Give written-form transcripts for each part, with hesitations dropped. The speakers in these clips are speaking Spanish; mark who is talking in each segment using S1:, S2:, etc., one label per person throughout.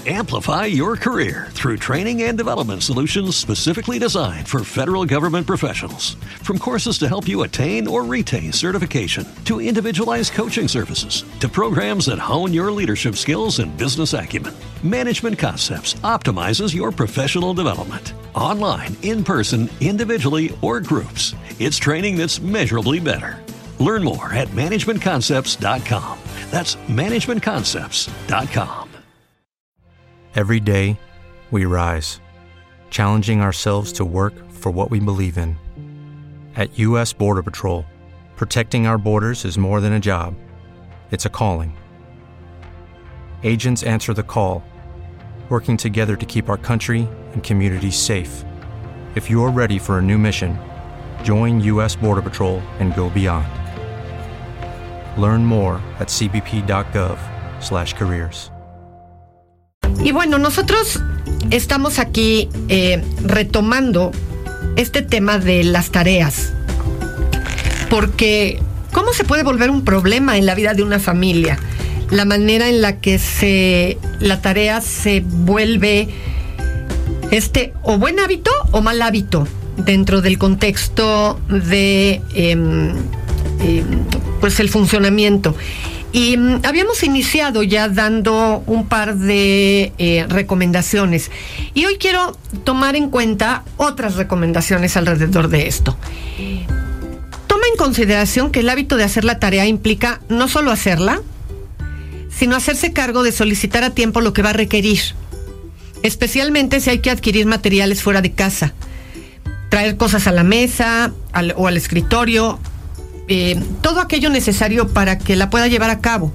S1: Amplify your career through training and development solutions specifically designed for federal government professionals. From courses to help you attain or retain certification, to individualized coaching services, to programs that hone your leadership skills and business acumen, Management Concepts optimizes your professional development. Online, in person, individually, or groups, it's training that's measurably better. Learn more at managementconcepts.com. That's managementconcepts.com.
S2: Every day, we rise, challenging ourselves to work for what we believe in. At U.S. Border Patrol, protecting our borders is more than a job. It's a calling. Agents answer the call, working together to keep our country and communities safe. If you're ready for a new mission, join U.S. Border Patrol and go beyond. Learn more at cbp.gov/careers.
S3: Y bueno, nosotros estamos aquí retomando este tema de las tareas, porque ¿cómo se puede volver un problema en la vida de una familia? La manera en la que la tarea se vuelve o buen hábito o mal hábito dentro del contexto de pues el funcionamiento. Y habíamos iniciado ya dando un par de recomendaciones. Y hoy quiero tomar en cuenta otras recomendaciones alrededor de esto. Toma en consideración que el hábito de hacer la tarea implica no solo hacerla, sino hacerse cargo de solicitar a tiempo lo que va a requerir. Especialmente si hay que adquirir materiales fuera de casa. Traer cosas a la mesa o al escritorio. Todo aquello necesario para que la pueda llevar a cabo.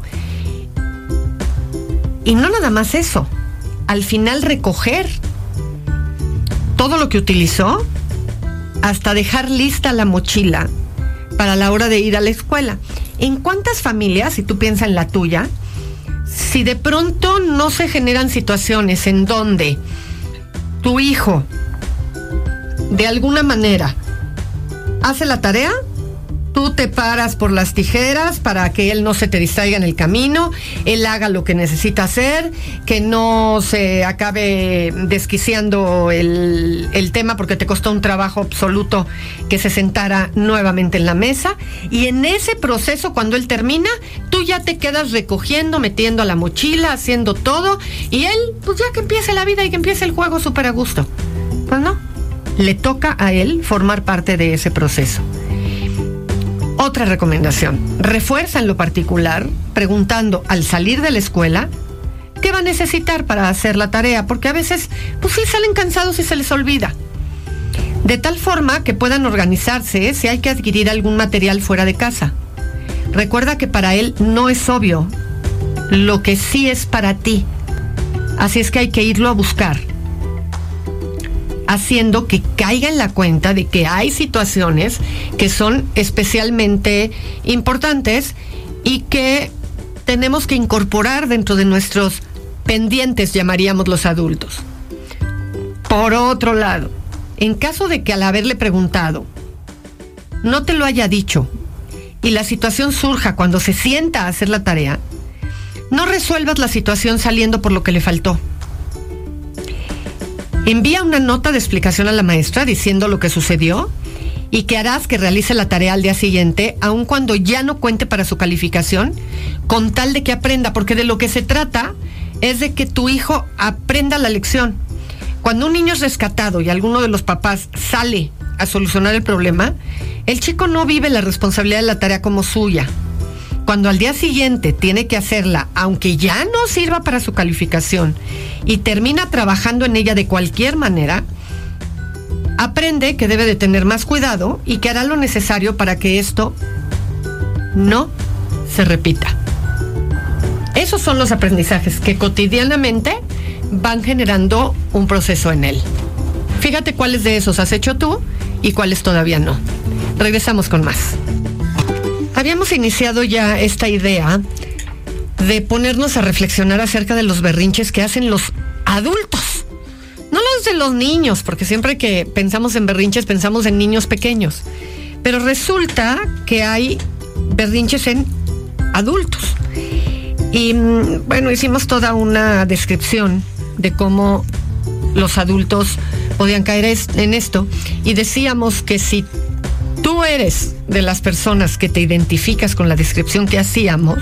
S3: Y no nada más eso, al final recoger todo lo que utilizó, hasta dejar lista la mochila para la hora de ir a la escuela. ¿En cuántas familias, si tú piensas en la tuya, si de pronto no se generan situaciones en donde tu hijo de alguna manera hace la tarea, tú te paras por las tijeras para que él no se te distraiga en el camino, él haga lo que necesita hacer, que no se acabe desquiciando el tema porque te costó un trabajo absoluto que se sentara nuevamente en la mesa, y en ese proceso, cuando él termina, tú ya te quedas recogiendo, metiendo a la mochila, haciendo todo, y él, pues ya que empiece la vida y que empiece el juego súper a gusto. Pues no, le toca a él formar parte de ese proceso. Otra recomendación, refuerza en lo particular preguntando al salir de la escuela qué va a necesitar para hacer la tarea, porque a veces pues sí salen cansados y se les olvida. De tal forma que puedan organizarse si hay que adquirir algún material fuera de casa. Recuerda que para él no es obvio lo que sí es para ti, así es que hay que irlo a buscar, haciendo que caiga en la cuenta de que hay situaciones que son especialmente importantes y que tenemos que incorporar dentro de nuestros pendientes, llamaríamos los adultos. Por otro lado, en caso de que al haberle preguntado no te lo haya dicho y la situación surja cuando se sienta a hacer la tarea, no resuelvas la situación saliendo por lo que le faltó. Envía una nota de explicación a la maestra diciendo lo que sucedió y que harás que realice la tarea al día siguiente, aun cuando ya no cuente para su calificación, con tal de que aprenda, porque de lo que se trata es de que tu hijo aprenda la lección. Cuando un niño es rescatado y alguno de los papás sale a solucionar el problema, el chico no vive la responsabilidad de la tarea como suya. Cuando al día siguiente tiene que hacerla, aunque ya no sirva para su calificación, y termina trabajando en ella de cualquier manera, aprende que debe de tener más cuidado y que hará lo necesario para que esto no se repita. Esos son los aprendizajes que cotidianamente van generando un proceso en él. Fíjate cuáles de esos has hecho tú y cuáles todavía no. Regresamos con más. Habíamos iniciado ya esta idea de ponernos a reflexionar acerca de los berrinches que hacen los adultos, no los de los niños, porque siempre que pensamos en berrinches pensamos en niños pequeños, pero resulta que hay berrinches en adultos. Y bueno, hicimos toda una descripción de cómo los adultos podían caer en esto, y decíamos que si tú eres de las personas que te identificas con la descripción que hacíamos,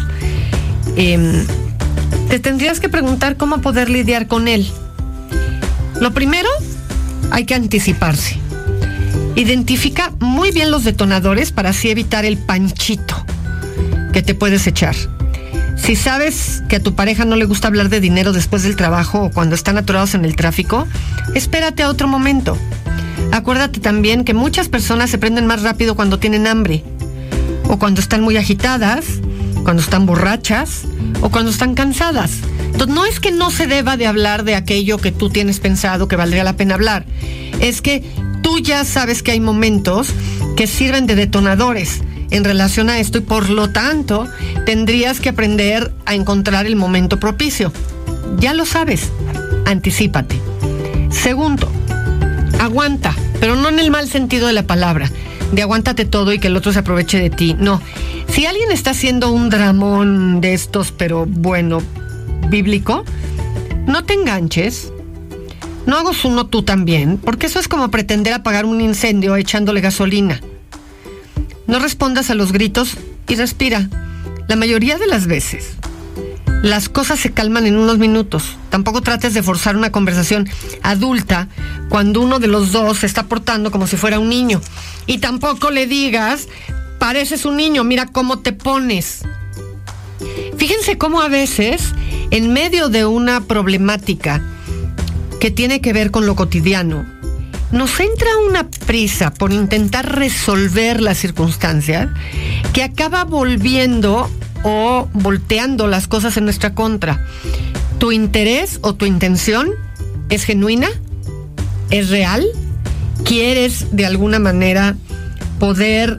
S3: te tendrías que preguntar cómo poder lidiar con él. Lo primero, hay que anticiparse. Identifica muy bien los detonadores para así evitar el panchito que te puedes echar. Si sabes que a tu pareja no le gusta hablar de dinero después del trabajo o cuando están atorados en el tráfico, espérate a otro momento. Acuérdate también que muchas personas se prenden más rápido cuando tienen hambre, o cuando están muy agitadas, cuando están borrachas, o cuando están cansadas. Entonces, no es que no se deba de hablar de aquello que tú tienes pensado que valdría la pena hablar. Es que tú ya sabes que hay momentos que sirven de detonadores en relación a esto, y por lo tanto tendrías que aprender a encontrar el momento propicio. Ya lo sabes, anticípate. Segundo, aguanta, pero no en el mal sentido de la palabra, de aguántate todo y que el otro se aproveche de ti. No, si alguien está haciendo un dramón de estos, pero bueno, bíblico, no te enganches. No hagas uno tú también, porque eso es como pretender apagar un incendio echándole gasolina. No respondas a los gritos y respira. La mayoría de las veces, las cosas se calman en unos minutos. Tampoco trates de forzar una conversación adulta cuando uno de los dos se está portando como si fuera un niño. Y tampoco le digas, pareces un niño, mira cómo te pones. Fíjense cómo a veces, en medio de una problemática que tiene que ver con lo cotidiano, nos entra una prisa por intentar resolver las circunstancias que acaba volviendo o volteando las cosas en nuestra contra. ¿Tu interés o tu intención es genuina? ¿Es real? ¿Quieres de alguna manera poder,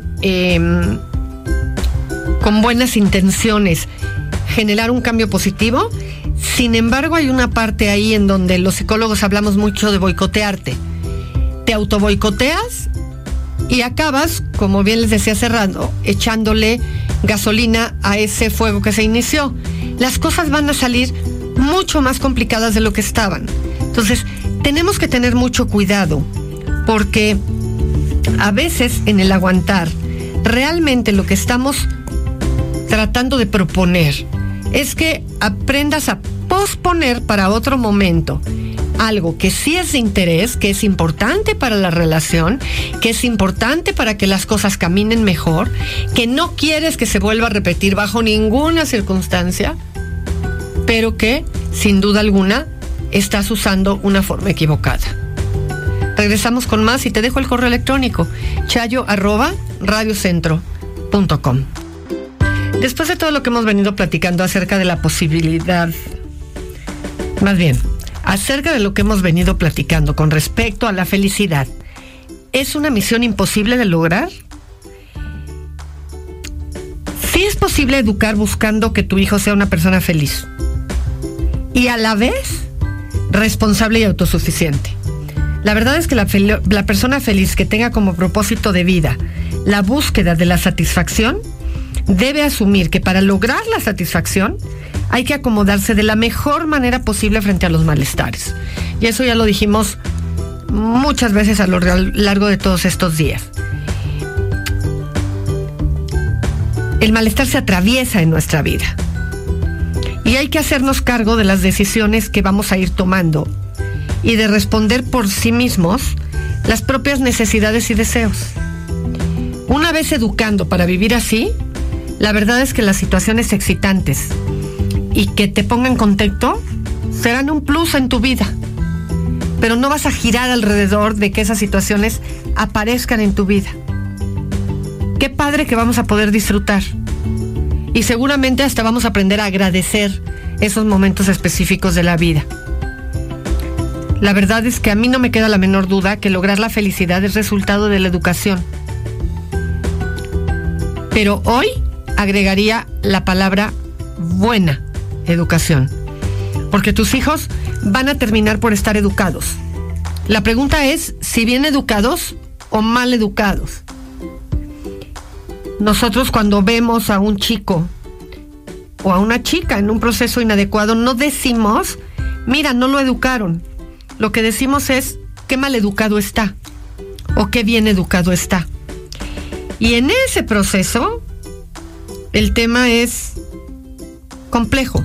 S3: con buenas intenciones, generar un cambio positivo? Sin embargo, hay una parte ahí en donde los psicólogos hablamos mucho de boicotearte. Te autoboicoteas y acabas, como bien les decía hace rato, echándole gasolina a ese fuego que se inició. Las cosas van a salir mucho más complicadas de lo que estaban. Entonces, tenemos que tener mucho cuidado, porque a veces en el aguantar, realmente lo que estamos tratando de proponer es que aprendas a posponer para otro momento algo que sí es de interés, que es importante para la relación, que es importante para que las cosas caminen mejor, que no quieres que se vuelva a repetir bajo ninguna circunstancia, pero que, sin duda alguna, estás usando una forma equivocada. Regresamos con más y te dejo el correo electrónico, chayo@radiocentro.com. Después de todo lo que hemos venido platicando acerca de la posibilidad, más bien, acerca de lo que hemos venido platicando con respecto a la felicidad, ¿es una misión imposible de lograr? Sí es posible educar buscando que tu hijo sea una persona feliz y a la vez responsable y autosuficiente. La verdad es que la persona feliz que tenga como propósito de vida la búsqueda de la satisfacción debe asumir que para lograr la satisfacción hay que acomodarse de la mejor manera posible frente a los malestares. Y eso ya lo dijimos muchas veces a lo largo de todos estos días. El malestar se atraviesa en nuestra vida. Y hay que hacernos cargo de las decisiones que vamos a ir tomando y de responder por sí mismos las propias necesidades y deseos. Una vez educando para vivir así, la verdad es que las situaciones excitantes y que te pongan contento serán un plus en tu vida, pero no vas a girar alrededor de que esas situaciones aparezcan en tu vida. Qué padre que vamos a poder disfrutar, y seguramente hasta vamos a aprender a agradecer esos momentos específicos de la vida. La verdad es que a mí no me queda la menor duda que lograr la felicidad es resultado de la educación, pero hoy agregaría la palabra buena educación, porque tus hijos van a terminar por estar educados. La pregunta es si bien educados o mal educados. Nosotros, cuando vemos a un chico o a una chica en un proceso inadecuado, no decimos mira, no lo educaron. Lo que decimos es qué mal educado está o qué bien educado está. Y en ese proceso, el tema es complejo.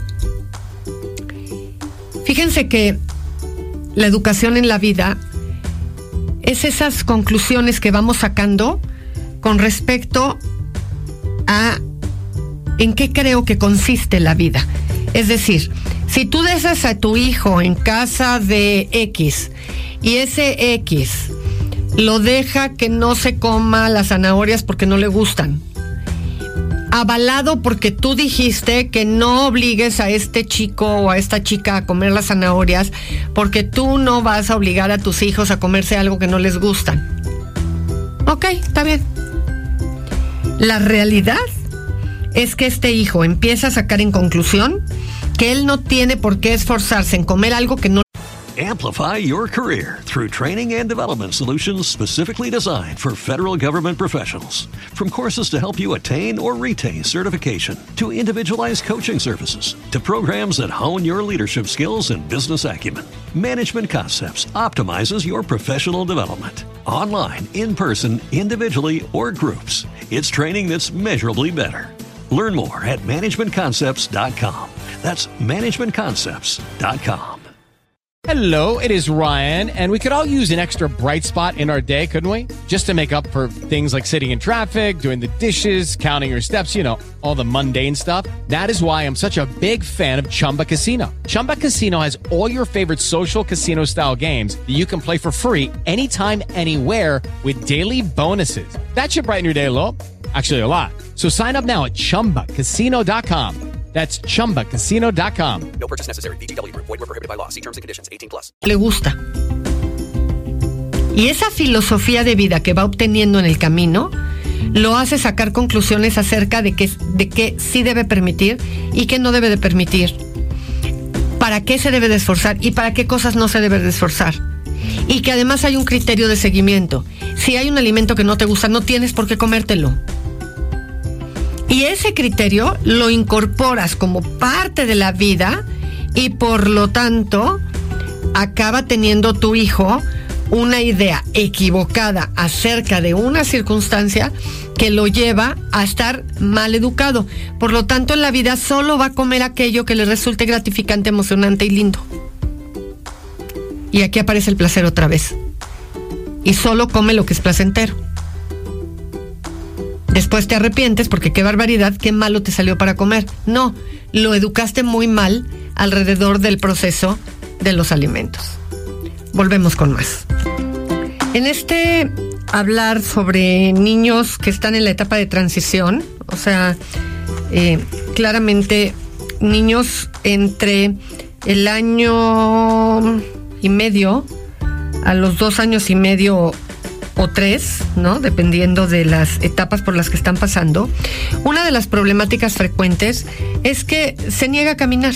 S3: Fíjense que la educación en la vida es esas conclusiones que vamos sacando con respecto a en qué creo que consiste la vida. Es decir, si tú dejas a tu hijo en casa de X y ese X lo deja que no se coma las zanahorias porque no le gustan, avalado porque tú dijiste que no obligues a este chico o a esta chica a comer las zanahorias porque tú no vas a obligar a tus hijos a comerse algo que no les gustan. Ok, está bien. La realidad es que este hijo empieza a sacar en conclusión que él no tiene por qué esforzarse en comer algo que no.
S1: Amplify your career through training and development solutions specifically designed for federal government professionals. From courses to help you attain or retain certification, to individualized coaching services, to programs that hone your leadership skills and business acumen, Management Concepts optimizes your professional development. Online, in person, individually, or groups, it's training that's measurably better. Learn more at managementconcepts.com. That's managementconcepts.com.
S4: Hello, it is Ryan, and we could all use an extra bright spot in our day, couldn't we? Just to make up for things like sitting in traffic, doing the dishes, counting your steps, you know, all the mundane stuff. That is why I'm such a big fan of Chumba Casino. Chumba Casino has all your favorite social casino-style games that you can play for free anytime, anywhere with daily bonuses. That should brighten your day a little. Actually, a lot. So sign up now at ChumbaCasino.com. That's ChumbaCasino.com.
S5: No purchase necessary. VGW Group. Void where prohibited by law. See terms and conditions. 18+.
S3: Le gusta. Y esa filosofía de vida que va obteniendo en el camino lo hace sacar conclusiones acerca de qué sí debe permitir y qué no debe de permitir. Para qué se debe de esforzar y para qué cosas no se debe de esforzar. Y que además hay un criterio de seguimiento. Si hay un alimento que no te gusta, no tienes por qué comértelo. Y ese criterio lo incorporas como parte de la vida y por lo tanto acaba teniendo tu hijo una idea equivocada acerca de una circunstancia que lo lleva a estar mal educado. Por lo tanto, en la vida solo va a comer aquello que le resulte gratificante, emocionante y lindo. Y aquí aparece el placer otra vez. Y solo come lo que es placentero. Después te arrepientes porque qué barbaridad, qué malo te salió para comer. No, lo educaste muy mal alrededor del proceso de los alimentos. Volvemos con más. En este hablar sobre niños que están en la etapa de transición, o sea, claramente niños entre el año y medio a los 2 años y medio o 3, ¿no? Dependiendo de las etapas por las que están pasando. Una de las problemáticas frecuentes es que se niega a caminar.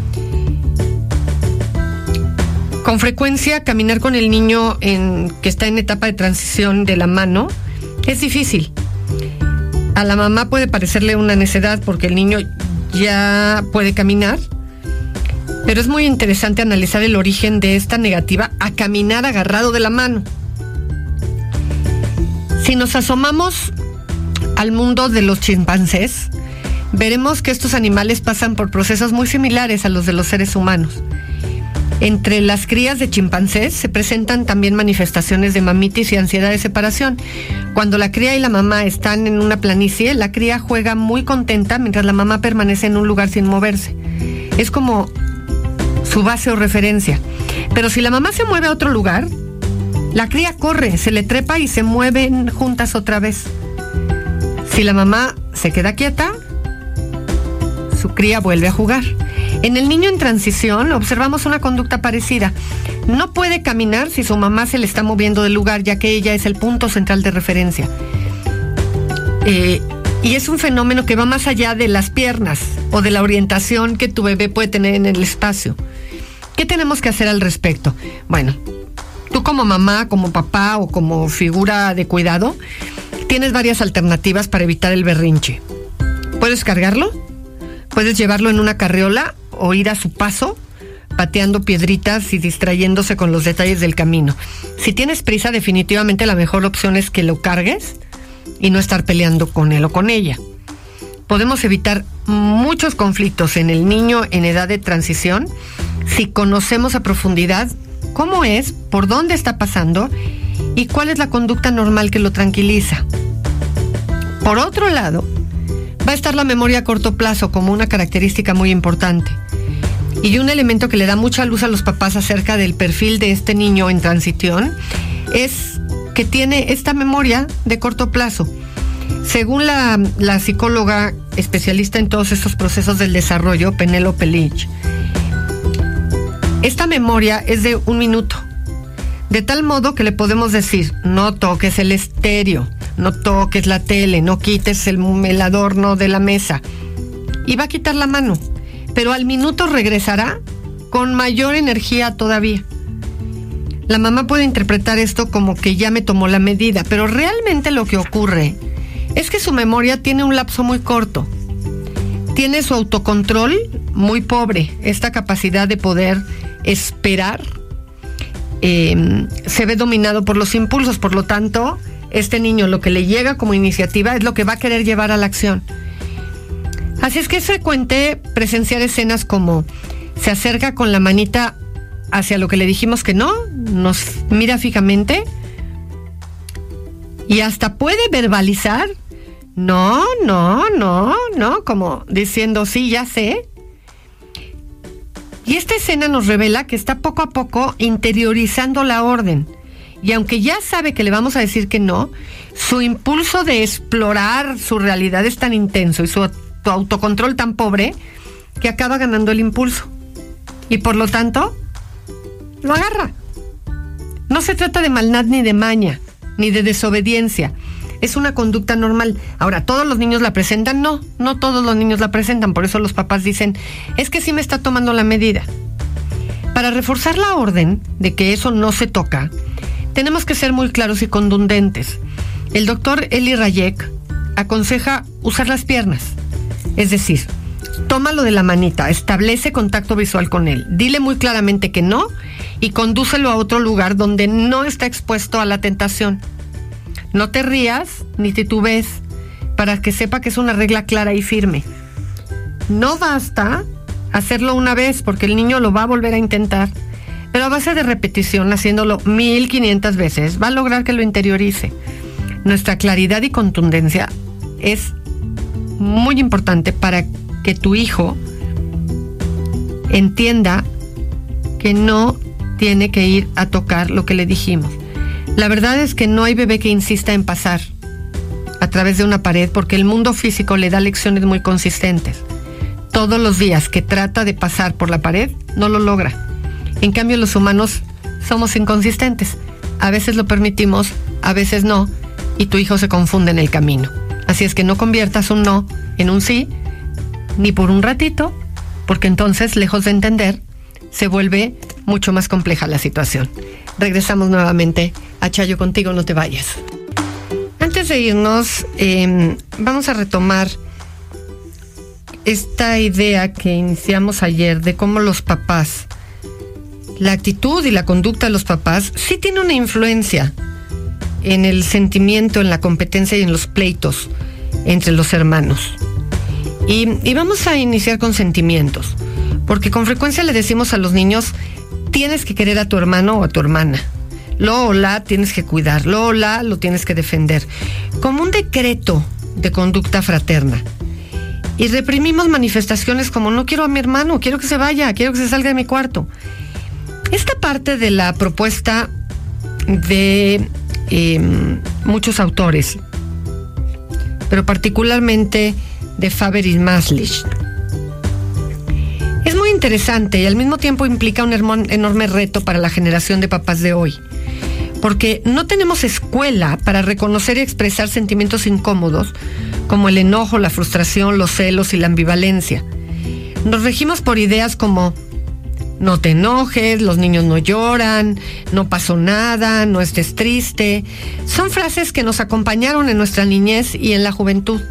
S3: Con frecuencia, caminar con el niño que está en etapa de transición de la mano es difícil. A la mamá puede parecerle una necedad porque el niño ya puede caminar, pero es muy interesante analizar el origen de esta negativa a caminar agarrado de la mano. Si nos asomamos al mundo de los chimpancés, veremos que estos animales pasan por procesos muy similares a los de los seres humanos. Entre las crías de chimpancés se presentan también manifestaciones de mamitis y ansiedad de separación. Cuando la cría y la mamá están en una planicie, la cría juega muy contenta mientras la mamá permanece en un lugar sin moverse. Es como su base o referencia. Pero si la mamá se mueve a otro lugar, la cría corre, se le trepa y se mueven juntas otra vez. Si la mamá se queda quieta, su cría vuelve a jugar. En el niño en transición observamos una conducta parecida. No puede caminar si su mamá se le está moviendo del lugar, ya que ella es el punto central de referencia. Y es un fenómeno que va más allá de las piernas o de la orientación que tu bebé puede tener en el espacio. ¿Qué tenemos que hacer al respecto? Bueno, tú como mamá, como papá o como figura de cuidado, tienes varias alternativas para evitar el berrinche. Puedes cargarlo, puedes llevarlo en una carriola o ir a su paso pateando piedritas y distrayéndose con los detalles del camino. Si tienes prisa, definitivamente la mejor opción es que lo cargues y no estar peleando con él o con ella. Podemos evitar muchos conflictos en el niño en edad de transición si conocemos a profundidad cómo es, por dónde está pasando y cuál es la conducta normal que lo tranquiliza. Por otro lado, va a estar la memoria a corto plazo como una característica muy importante y un elemento que le da mucha luz a los papás acerca del perfil de este niño en transición es que tiene esta memoria de corto plazo. Según la psicóloga especialista en todos estos procesos del desarrollo, Penélope Lynch, esta memoria es de 1 minuto, de tal modo que le podemos decir: no toques el estéreo, no toques la tele, no quites el adorno de la mesa, y va a quitar la mano, pero al minuto regresará con mayor energía todavía. La mamá puede interpretar esto como que ya me tomó la medida, pero realmente lo que ocurre es que su memoria tiene un lapso muy corto. Tiene su autocontrol muy pobre. Esta capacidad de poder esperar se ve dominado por los impulsos. Por lo tanto, este niño, lo que le llega como iniciativa es lo que va a querer llevar a la acción. Así es que es frecuente presenciar escenas como se acerca con la manita hacia lo que le dijimos que no, nos mira fijamente y hasta puede verbalizar no, como diciendo sí, ya sé. Y esta escena nos revela que está poco a poco interiorizando la orden. Y aunque ya sabe que le vamos a decir que no, su impulso de explorar su realidad es tan intenso y su autocontrol tan pobre que acaba ganando el impulso. Y por lo tanto, lo agarra. No se trata de maldad ni de maña, ni de desobediencia. Es una conducta normal. Ahora, ¿todos los niños la presentan? No todos los niños la presentan. Por eso los papás dicen, es que sí me está tomando la medida. Para reforzar la orden de que eso no se toca, tenemos que ser muy claros y contundentes. El doctor Eli Rayek aconseja usar las piernas. Es decir, tómalo de la manita, establece contacto visual con él, dile muy claramente que no y condúcelo a otro lugar donde no está expuesto a la tentación. No te rías ni titubees, para que sepa que es una regla clara y firme. No basta hacerlo una vez, porque el niño lo va a volver a intentar, pero a base de repetición, haciéndolo 1500 veces, va a lograr que lo interiorice. Nuestra claridad y contundencia es muy importante para que tu hijo entienda que no tiene que ir a tocar lo que le dijimos. La verdad es que no hay bebé que insista en pasar a través de una pared, porque el mundo físico le da lecciones muy consistentes. Todos los días que trata de pasar por la pared, no lo logra. En cambio, los humanos somos inconsistentes. A veces lo permitimos, a veces no, y tu hijo se confunde en el camino. Así es que no conviertas un no en un sí, ni por un ratito, porque entonces, lejos de entender, se vuelve mucho más compleja la situación. Regresamos nuevamente a Chayo Contigo, no te vayas. Antes de irnos, vamos a retomar esta idea que iniciamos ayer de cómo los papás, la actitud y la conducta de los papás sí tiene una influencia en el sentimiento, en la competencia y en los pleitos entre los hermanos. Y vamos a iniciar con sentimientos, porque con frecuencia le decimos a los niños, tienes que querer a tu hermano o a tu hermana. Lo o la tienes que cuidar, lo o la lo tienes que defender, como un decreto de conducta fraterna. Y reprimimos manifestaciones como, no quiero a mi hermano, quiero que se vaya, quiero que se salga de mi cuarto. Esta parte de la propuesta de muchos autores, pero particularmente de Faber y Maslich, es muy interesante y al mismo tiempo implica un enorme reto para la generación de papás de hoy, porque no tenemos escuela para reconocer y expresar sentimientos incómodos como el enojo, la frustración, los celos y la ambivalencia. Nos regimos por ideas como no te enojes, los niños no lloran, no pasó nada, no estés triste. Son frases que nos acompañaron en nuestra niñez y en la juventud.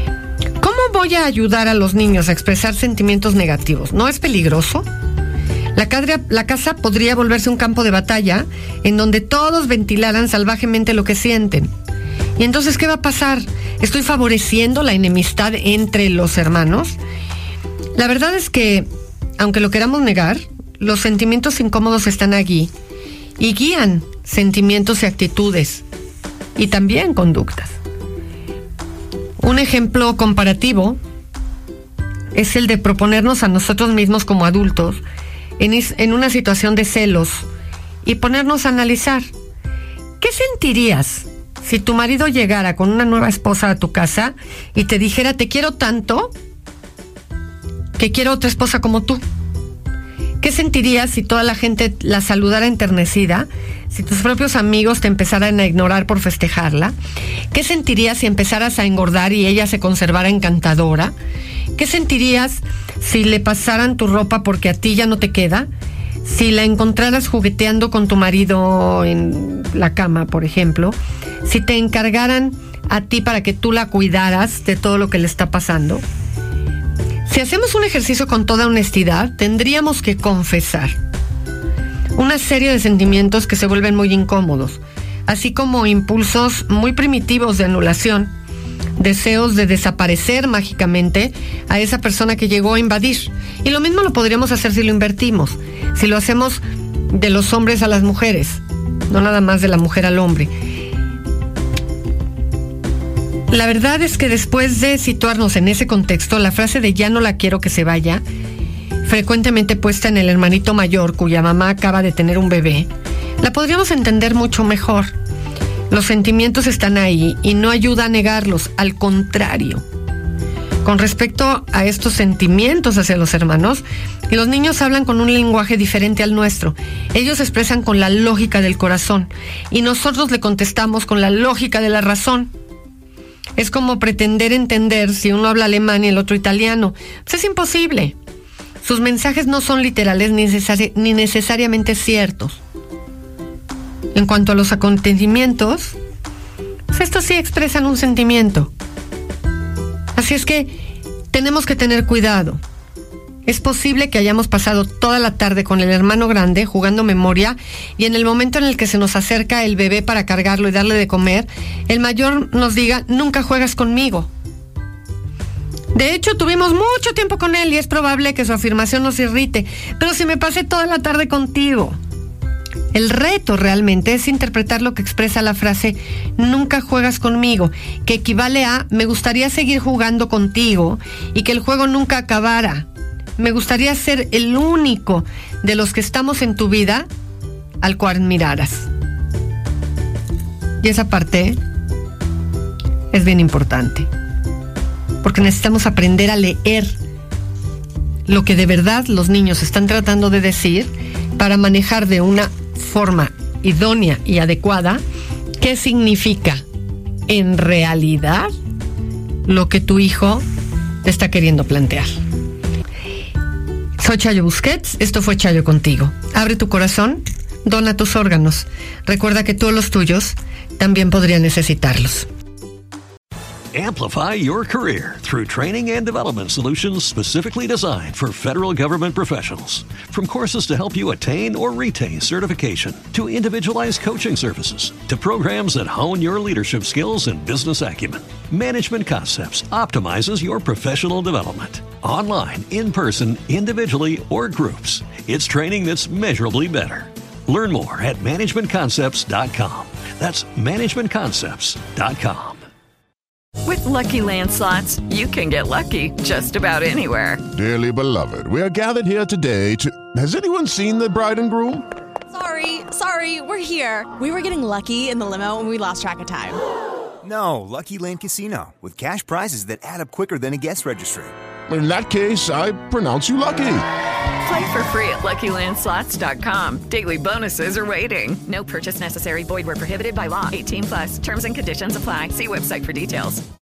S3: ¿Cómo voy a ayudar a los niños a expresar sentimientos negativos? ¿No es peligroso? La casa podría volverse un campo de batalla en donde todos ventilaran salvajemente lo que sienten. Y entonces, ¿qué va a pasar? ¿Estoy favoreciendo la enemistad entre los hermanos? La verdad es que, aunque lo queramos negar, los sentimientos incómodos están allí y guían sentimientos y actitudes y también conductas. Un ejemplo comparativo es el de proponernos a nosotros mismos como adultos en una situación de celos y ponernos a analizar. ¿Qué sentirías si tu marido llegara con una nueva esposa a tu casa y te dijera: te quiero tanto que quiero otra esposa como tú? ¿Qué sentirías si toda la gente la saludara enternecida? Si tus propios amigos te empezaran a ignorar por festejarla. ¿Qué sentirías si empezaras a engordar y ella se conservara encantadora? ¿Qué sentirías si le pasaran tu ropa porque a ti ya no te queda? Si la encontraras jugueteando con tu marido en la cama, por ejemplo. Si te encargaran a ti para que tú la cuidaras de todo lo que le está pasando. Si hacemos un ejercicio con toda honestidad, tendríamos que confesar una serie de sentimientos que se vuelven muy incómodos, así como impulsos muy primitivos de anulación, deseos de desaparecer mágicamente a esa persona que llegó a invadir. Y lo mismo lo podríamos hacer si lo invertimos, si lo hacemos de los hombres a las mujeres, no nada más de la mujer al hombre. La verdad es que después de situarnos en ese contexto, la frase de "ya no la quiero que se vaya", frecuentemente puesta en el hermanito mayor cuya mamá acaba de tener un bebé, la podríamos entender mucho mejor. Los sentimientos están ahí y no ayuda a negarlos, al contrario. Con respecto a estos sentimientos hacia los hermanos, los niños hablan con un lenguaje diferente al nuestro. Ellos expresan con la lógica del corazón y nosotros le contestamos con la lógica de la razón. Es como pretender entender si uno habla alemán y el otro italiano. Pues es imposible. Sus mensajes no son literales ni necesariamente ciertos. En cuanto a los acontecimientos, pues estos sí expresan un sentimiento. Así es que tenemos que tener cuidado. Es posible que hayamos pasado toda la tarde con el hermano grande jugando memoria y en el momento en el que se nos acerca el bebé para cargarlo y darle de comer, el mayor nos diga: nunca juegas conmigo. De hecho, tuvimos mucho tiempo con él y es probable que su afirmación nos irrite. Pero si me pasé toda la tarde contigo. El reto realmente es interpretar lo que expresa la frase "nunca juegas conmigo", que equivale a "me gustaría seguir jugando contigo y que el juego nunca acabara. Me gustaría ser el único de los que estamos en tu vida al cual miraras". Y esa parte es bien importante, porque necesitamos aprender a leer lo que de verdad los niños están tratando de decir para manejar de una forma idónea y adecuada qué significa en realidad lo que tu hijo te está queriendo plantear. Soy Chayo Busquets, esto fue Chayo Contigo. Abre tu corazón, dona tus órganos. Recuerda que todos los tuyos también podrían necesitarlos.
S1: Amplify your career through training and development solutions specifically designed for federal government professionals. From courses to help you attain or retain certification, to individualized coaching services, to programs that hone your leadership skills and business acumen, Management Concepts optimizes your professional development. Online, in person, individually, or groups, it's training that's measurably better. Learn more at managementconcepts.com. That's managementconcepts.com.
S6: With Lucky Land Slots, you can get lucky just about anywhere.
S7: Dearly beloved, we are gathered here today to... Has anyone seen the bride and groom?
S8: Sorry, we're here. We were getting lucky in the limo and we lost track of time.
S9: No, Lucky Land Casino, with cash prizes that add up quicker than a guest registry.
S7: In that case, I pronounce you lucky.
S6: Play for free at LuckyLandSlots.com. Daily bonuses are waiting. No purchase necessary. Void where prohibited by law. 18+. Terms and conditions apply. See website for details.